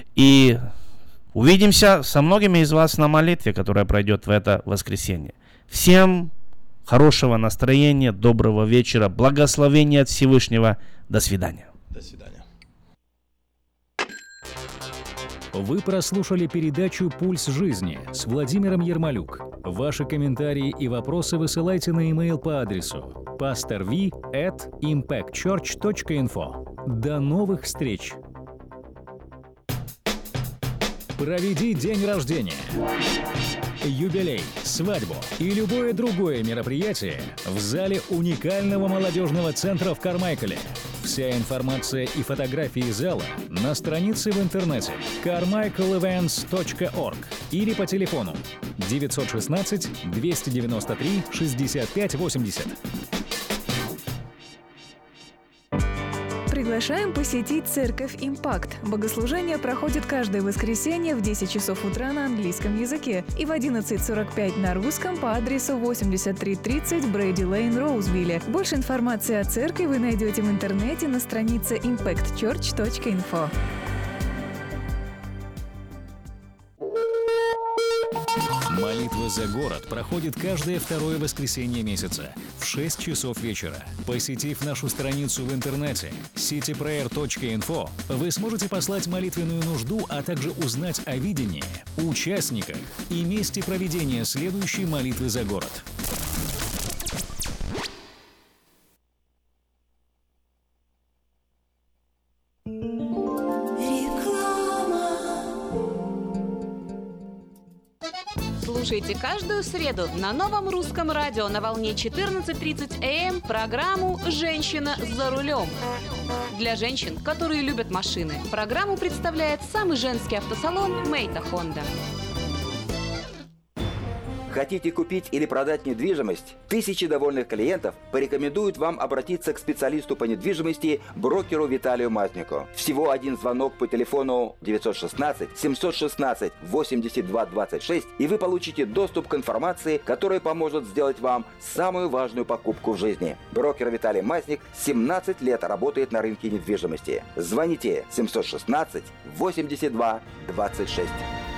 И увидимся со многими из вас на молитве, которая пройдет в это воскресенье. Всем хорошего настроения, доброго вечера, благословения от Всевышнего. До свидания. До свидания. Вы прослушали передачу «Пульс жизни» с Владимиром Ермолюк. Ваши комментарии и вопросы высылайте на e-mail по адресу pastorv at impactchurch точка info. До новых встреч! Проведи день рождения, юбилей, свадьбу и любое другое мероприятие в зале уникального молодежного центра в Кармайкале. Вся информация и фотографии зала на странице в интернете кармайкл ивентс точка орг или по телефону девятьсот шестнадцать двести девяносто три шестьдесят пять восемьдесят. Приглашаем посетить церковь «Импакт». Богослужение проходит каждое воскресенье в десять часов утра на английском языке и в одиннадцать сорок пять на русском по адресу восемьдесят три тридцать Брейди Лейн, Роузвилле. Больше информации о церкви вы найдете в интернете на странице импакт чёрч точка инфо. Молитва за город проходит каждое второе воскресенье месяца в шесть часов вечера. Посетив нашу страницу в интернете сити преер точка инфо, вы сможете послать молитвенную нужду, а также узнать о видении, участниках и месте проведения следующей молитвы за город. Слушайте каждую среду на новом русском радио на волне четырнадцать тридцать эй эм программу «Женщина за рулем». Для женщин, которые любят машины, программу представляет самый женский автосалон «Мейта Хонда». Хотите купить или продать недвижимость? Тысячи довольных клиентов порекомендуют вам обратиться к специалисту по недвижимости, брокеру Виталию Мазнику. Всего один звонок по телефону девятьсот шестнадцать семьсот шестнадцать восемьдесят два двадцать шесть, и вы получите доступ к информации, которая поможет сделать вам самую важную покупку в жизни. Брокер Виталий Мазник семнадцать лет работает на рынке недвижимости. Звоните семьсот шестнадцать восемьдесят два двадцать шесть.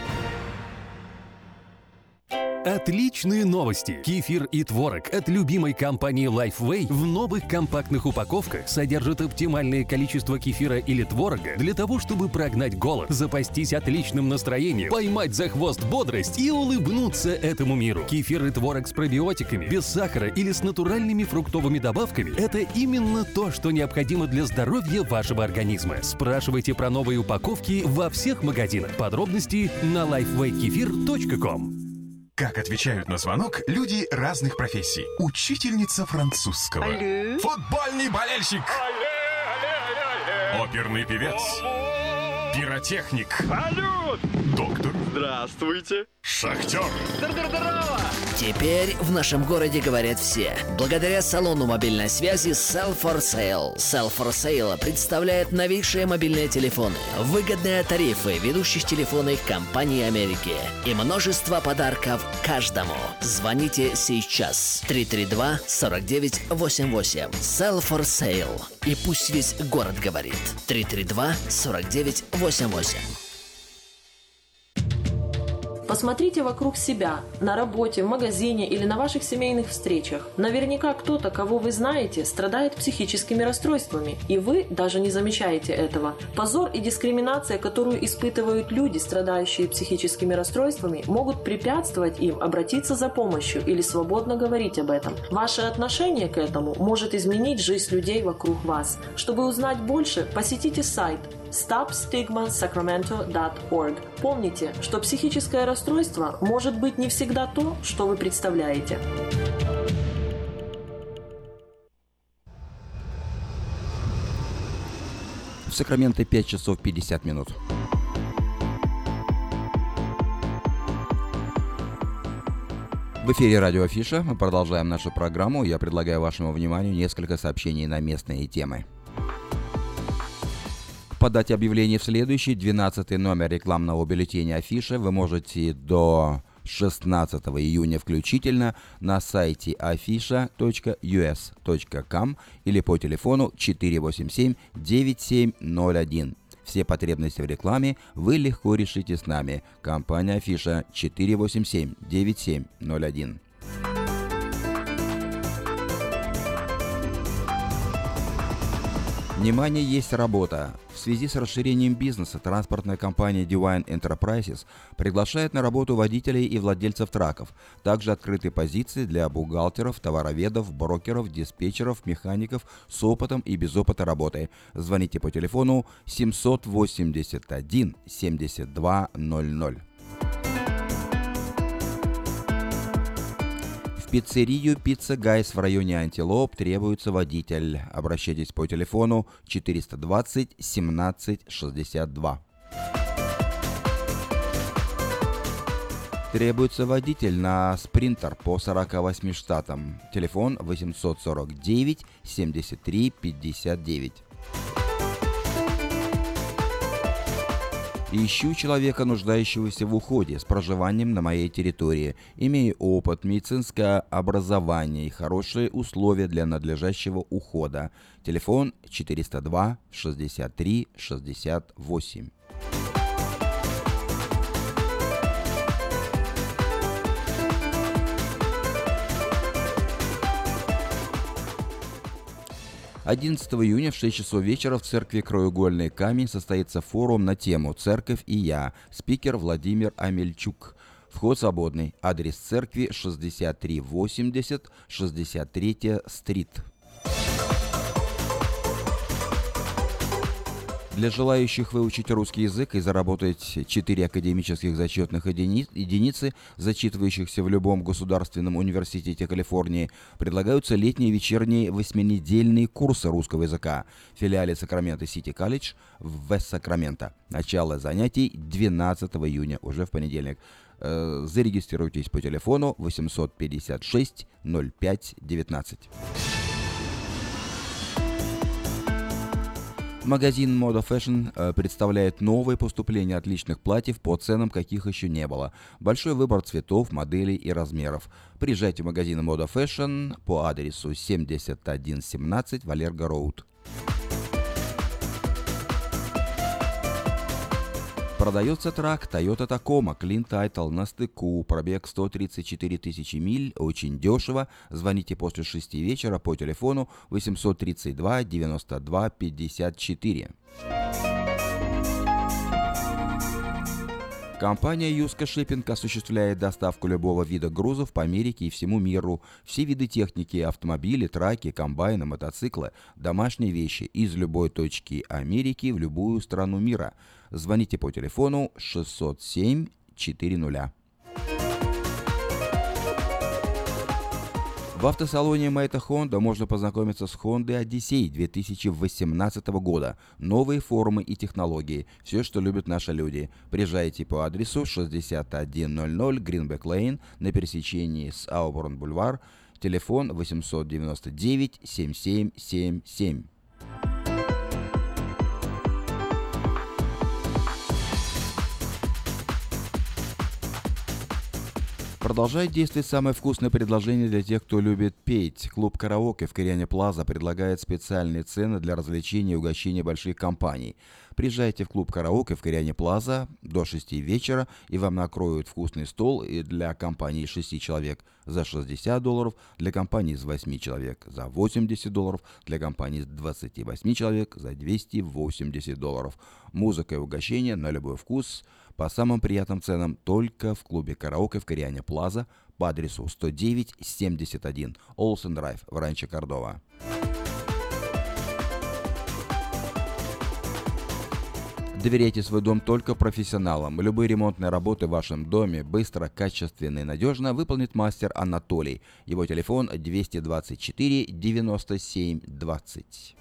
Отличные новости! Кефир и творог от любимой компании Lifeway в новых компактных упаковках содержат оптимальное количество кефира или творога для того, чтобы прогнать голод, запастись отличным настроением, поймать за хвост бодрость и улыбнуться этому миру. Кефир и творог с пробиотиками, без сахара или с натуральными фруктовыми добавками – это именно то, что необходимо для здоровья вашего организма. Спрашивайте про новые упаковки во всех магазинах. Подробности на лайфвей кефир точка ком. Как отвечают на звонок люди разных профессий. Учительница французского. Алле. Футбольный болельщик. Алле, алле, алле. Оперный певец. Алло. Пиротехник. Салют. Доктор. Здравствуйте. Шахтер. Здорово. Теперь в нашем городе говорят все. Благодаря салону мобильной связи Sell for Sale. Sell for Sale представляет новейшие мобильные телефоны, выгодные тарифы ведущих телефонных компаний Америки и множество подарков каждому. Звоните сейчас. три три два сорок девять восемьдесят восемь. Sell for Sale. И пусть весь город говорит. три три два сорок девять восемьдесят восемь. Посмотрите вокруг себя, на работе, в магазине или на ваших семейных встречах. Наверняка кто-то, кого вы знаете, страдает психическими расстройствами, и вы даже не замечаете этого. Позор и дискриминация, которую испытывают люди, страдающие психическими расстройствами, могут препятствовать им обратиться за помощью или свободно говорить об этом. Ваше отношение к этому может изменить жизнь людей вокруг вас. Чтобы узнать больше, посетите сайт стоп стигма сакраменто точка орг. Помните, что психическое расстройство может быть не всегда то, что вы представляете. В Сакраменто пять часов пятьдесят минут. В эфире радио Афиша. Мы продолжаем нашу программу. Я предлагаю вашему вниманию несколько сообщений на местные темы. Подать объявление в следующий, двенадцатый номер рекламного бюллетеня Афиша вы можете до шестнадцатого июня включительно на сайте афиша точка ю эс точка ком или по телефону четыре восемь семь девять семь ноль один. Все потребности в рекламе вы легко решите с нами. Компания Афиша четыре восемь семь девять семь ноль один. Внимание, есть работа. В связи с расширением бизнеса транспортная компания Divine Enterprises приглашает на работу водителей и владельцев траков. Также открыты позиции для бухгалтеров, товароведов, брокеров, диспетчеров, механиков с опытом и без опыта работы. Звоните по телефону семьсот восемьдесят один семьдесят два ноль ноль. В пиццерию Pizza Guys в районе Антилоп требуется водитель. Обращайтесь по телефону четыреста двадцать семнадцать шестьдесят два. Требуется водитель на спринтер по сорока восьми штатам. Телефон восемьсот сорок девять семьдесят три пятьдесят девять. Ищу человека, нуждающегося в уходе, с проживанием на моей территории, имея опыт, медицинское образование и хорошие условия для надлежащего ухода. Телефон четыреста два шестьдесят три шестьдесят восемь. одиннадцатого июня в шесть часов вечера в церкви «Краеугольный камень» состоится форум на тему «Церковь и я». Спикер Владимир Амельчук. Вход свободный. Адрес церкви шестьдесят три восемьдесят шестьдесят третья стрит. Для желающих выучить русский язык и заработать четыре академических зачетных едини- единицы, зачитывающихся в любом государственном университете Калифорнии, предлагаются летние и вечерние восьминедельные курсы русского языка в филиале Сакраменто Сити Колледж в Вест-Сакраменто. Начало занятий двенадцатого июня, уже в понедельник. Э, зарегистрируйтесь по телефону восемьсот пятьдесят шесть ноль пять девятнадцать. Магазин Moda Fashion э, представляет новые поступления отличных платьев по ценам, каких еще не было. Большой выбор цветов, моделей и размеров. Приезжайте в магазин Moda Fashion по адресу семьдесят один семнадцать Валерго Роуд. Продается трак Toyota Tacoma Clean Title на стыку, пробег сто тридцать четыре тысячи миль, очень дешево. Звоните после шести вечера по телефону восемьсот тридцать два девяносто два пятьдесят четыре. Компания Юска Шиппинг осуществляет доставку любого вида грузов по Америке и всему миру. Все виды техники, автомобили, траки, комбайны, мотоциклы, домашние вещи из любой точки Америки в любую страну мира. Звоните по телефону шестьсот семь четыреста. В автосалоне Мэйта Honda можно познакомиться с Honda Odyssey две тысячи восемнадцатого года. Новые формы и технологии. Все, что любят наши люди. Приезжайте по адресу шестьдесят один ноль Greenback Lane на пересечении с Auburn Boulevard. Телефон восемьсот девяносто девять семь семь семь семь. Продолжает действовать самое вкусное предложение для тех, кто любит петь. Клуб «Караоке» в Кориане Плаза предлагает специальные цены для развлечения и угощения больших компаний. Приезжайте в клуб «Караоке» в Кориане Плаза до шести вечера, и вам накроют вкусный стол и для компании из шести человек за шестьдесят долларов, для компании из восьми человек за восемьдесят долларов, для компании из двадцати восьми человек за двести восемьдесят долларов. Музыка и угощение на любой вкус по самым приятным ценам только в клубе «Караоке» в Кориане Плаза по адресу сто девять семьдесят один Олсен Драйв в Ранчо Кордова. Доверяйте свой дом только профессионалам. Любые ремонтные работы в вашем доме быстро, качественно и надежно выполнит мастер Анатолий. Его телефон двести двадцать четыре девяносто семь двадцать.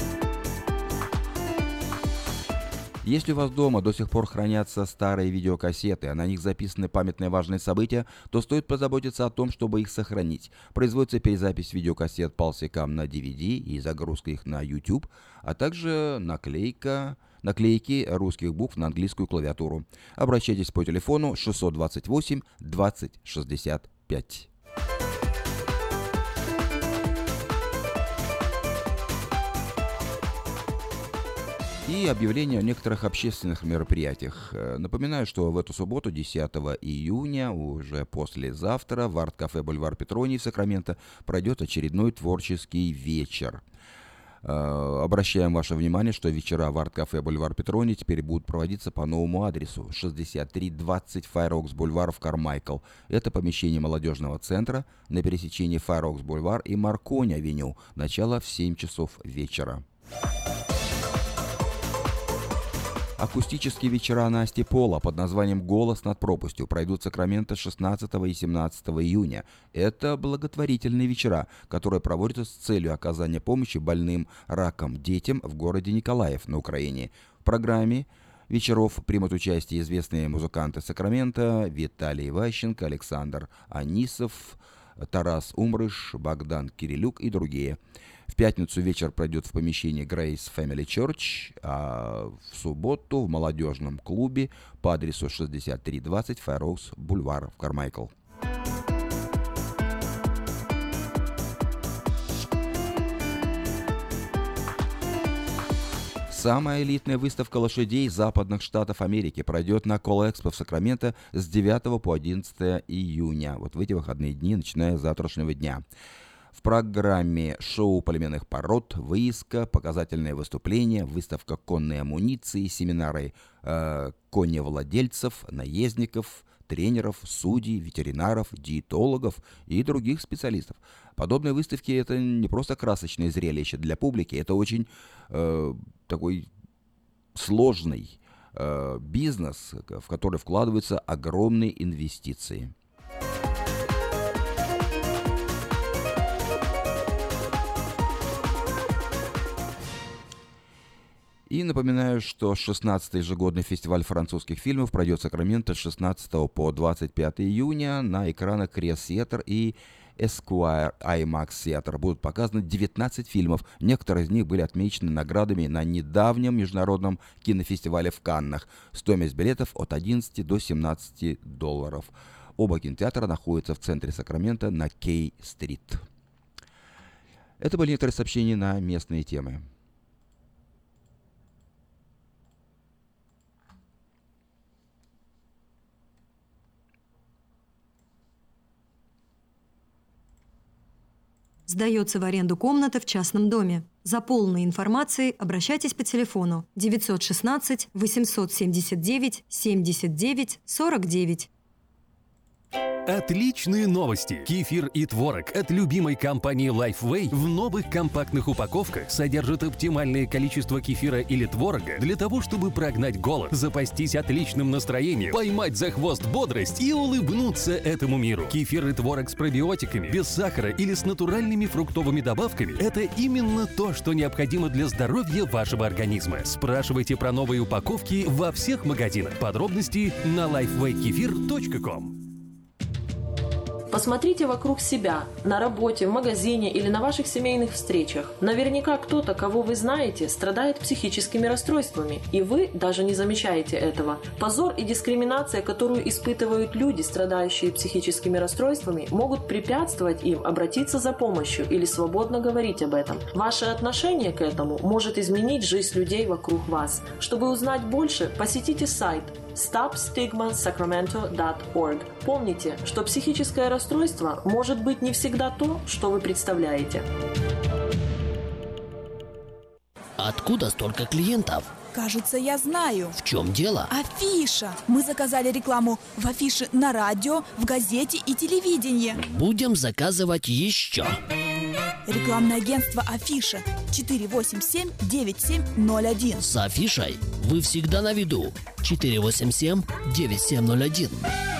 Если у вас дома до сих пор хранятся старые видеокассеты, а на них записаны памятные важные события, то стоит позаботиться о том, чтобы их сохранить. Производится перезапись видеокассет полсекам на ди ви ди и загрузка их на YouTube, а также наклейка, наклейки русских букв на английскую клавиатуру. Обращайтесь по телефону шестьсот двадцать восемь двадцать шестьдесят пять. И объявление о некоторых общественных мероприятиях. Напоминаю, что в эту субботу, десятого июня, уже послезавтра, в арт-кафе «Бульвар Петроний» в Сакраменто пройдет очередной творческий вечер. Обращаем ваше внимание, что вечера в арт-кафе Бульвар Петрони теперь будут проводиться по новому адресу шестьдесят три двадцать Файрокс Бульвар в Кармайкл. Это помещение молодежного центра на пересечении Файрокс Бульвар и Маркони Авеню. Начало в семь часов вечера. Акустические вечера Насти Пола под названием «Голос над пропастью» пройдут в Сакраменто шестнадцатого и семнадцатого июня. Это благотворительные вечера, которые проводятся с целью оказания помощи больным раком детям в городе Николаев на Украине. В программе вечеров примут участие известные музыканты Сакрамента Виталий Ващенко, Александр Анисов, Тарас Умрыш, Богдан Кирилюк и другие. В пятницу вечер пройдет в помещении Grace Family Church, а в субботу в молодежном клубе по адресу шестьдесят три двадцать Файрокс Бульвар в Кармайкл. Самая элитная выставка лошадей западных штатов Америки пройдет на Колл-Экспо в Сакраменто с девятого по одиннадцатое июня, вот в эти выходные дни, начиная с завтрашнего дня. В программе шоу племенных пород, выездка, показательные выступления, выставка конной амуниции, семинары э, коневладельцев, наездников, тренеров, судей, ветеринаров, диетологов и других специалистов. Подобные выставки — это не просто красочное зрелище для публики, это очень э, такой сложный э, бизнес, в который вкладываются огромные инвестиции. И напоминаю, что шестнадцатый ежегодный фестиваль французских фильмов пройдет в Сакраменто с шестнадцатого по двадцать пятое июня. На экранах Крес Theatre и Esquire IMAX Theatre будут показаны девятнадцать фильмов. Некоторые из них были отмечены наградами на недавнем международном кинофестивале в Каннах. Стоимость билетов от одиннадцати до семнадцати долларов. Оба кинотеатра находятся в центре Сакрамента на Кей-стрит. Это были некоторые сообщения на местные темы. Сдается в аренду комната в частном доме. За полной информацией обращайтесь по телефону девятьсот шестнадцать восемьсот семьдесят девять семьдесят девять сорок девять. Отличные новости! Кефир и творог от любимой компании Lifeway в новых компактных упаковках содержат оптимальное количество кефира или творога для того, чтобы прогнать голод, запастись отличным настроением, поймать за хвост бодрость и улыбнуться этому миру. Кефир и творог с пробиотиками, без сахара или с натуральными фруктовыми добавками – это именно то, что необходимо для здоровья вашего организма. Спрашивайте про новые упаковки во всех магазинах. Подробности на лайфвей кефир точка ком. Посмотрите вокруг себя, на работе, в магазине или на ваших семейных встречах. Наверняка кто-то, кого вы знаете, страдает психическими расстройствами, и вы даже не замечаете этого. Позор и дискриминация, которую испытывают люди, страдающие психическими расстройствами, могут препятствовать им обратиться за помощью или свободно говорить об этом. Ваше отношение к этому может изменить жизнь людей вокруг вас. Чтобы узнать больше, посетите сайт стоп стигма сакраменто точка орг. Помните, что психическое расстройство может быть не всегда то, что вы представляете. Откуда столько клиентов? Кажется, я знаю. В чем дело? Афиша. Мы заказали рекламу в афише на радио, в газете и телевидении. Будем заказывать еще. Рекламное агентство «Афиша» четыре восемь семь девять семь ноль один. С афишей вы всегда на виду. четыре восемь семь девять семь ноль один.